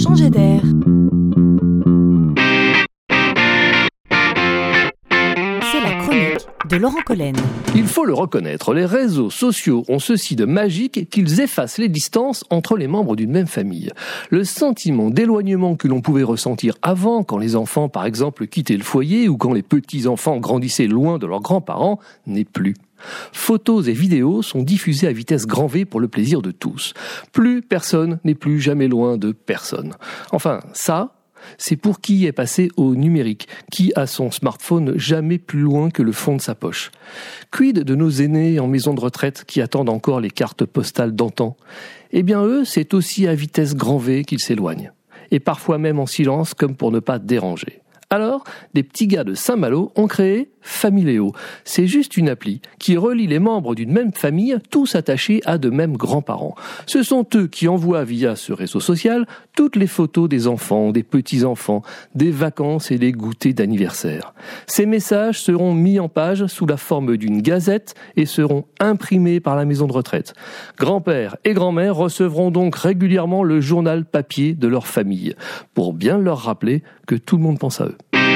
changer d'air. C'est la chronique de Laurent Collen. Il faut le reconnaître, les réseaux sociaux ont ceci de magique qu'ils effacent les distances entre les membres d'une même famille. Le sentiment d'éloignement que l'on pouvait ressentir avant, quand les enfants, par exemple, quittaient le foyer ou quand les petits-enfants grandissaient loin de leurs grands-parents, n'est plus. Photos et vidéos sont diffusées à vitesse grand V pour le plaisir de tous. Plus personne n'est plus jamais loin de personne. Enfin, ça, c'est pour qui est passé au numérique, qui a son smartphone jamais plus loin que le fond de sa poche. Quid de nos aînés en maison de retraite qui attendent encore les cartes postales d'antan ? Eh bien eux, c'est aussi à vitesse grand V qu'ils s'éloignent. Et parfois même en silence, comme pour ne pas déranger. Alors, des petits gars de Saint-Malo ont créé Familéo. C'est juste une appli qui relie les membres d'une même famille, tous attachés à de mêmes grands-parents. Ce sont eux qui envoient via ce réseau social toutes les photos des enfants, des petits-enfants, des vacances et des goûters d'anniversaire. Ces messages seront mis en page sous la forme d'une gazette et seront imprimés par la maison de retraite. Grand-père et grand-mère recevront donc régulièrement le journal papier de leur famille, pour bien leur rappeler que tout le monde pense à eux.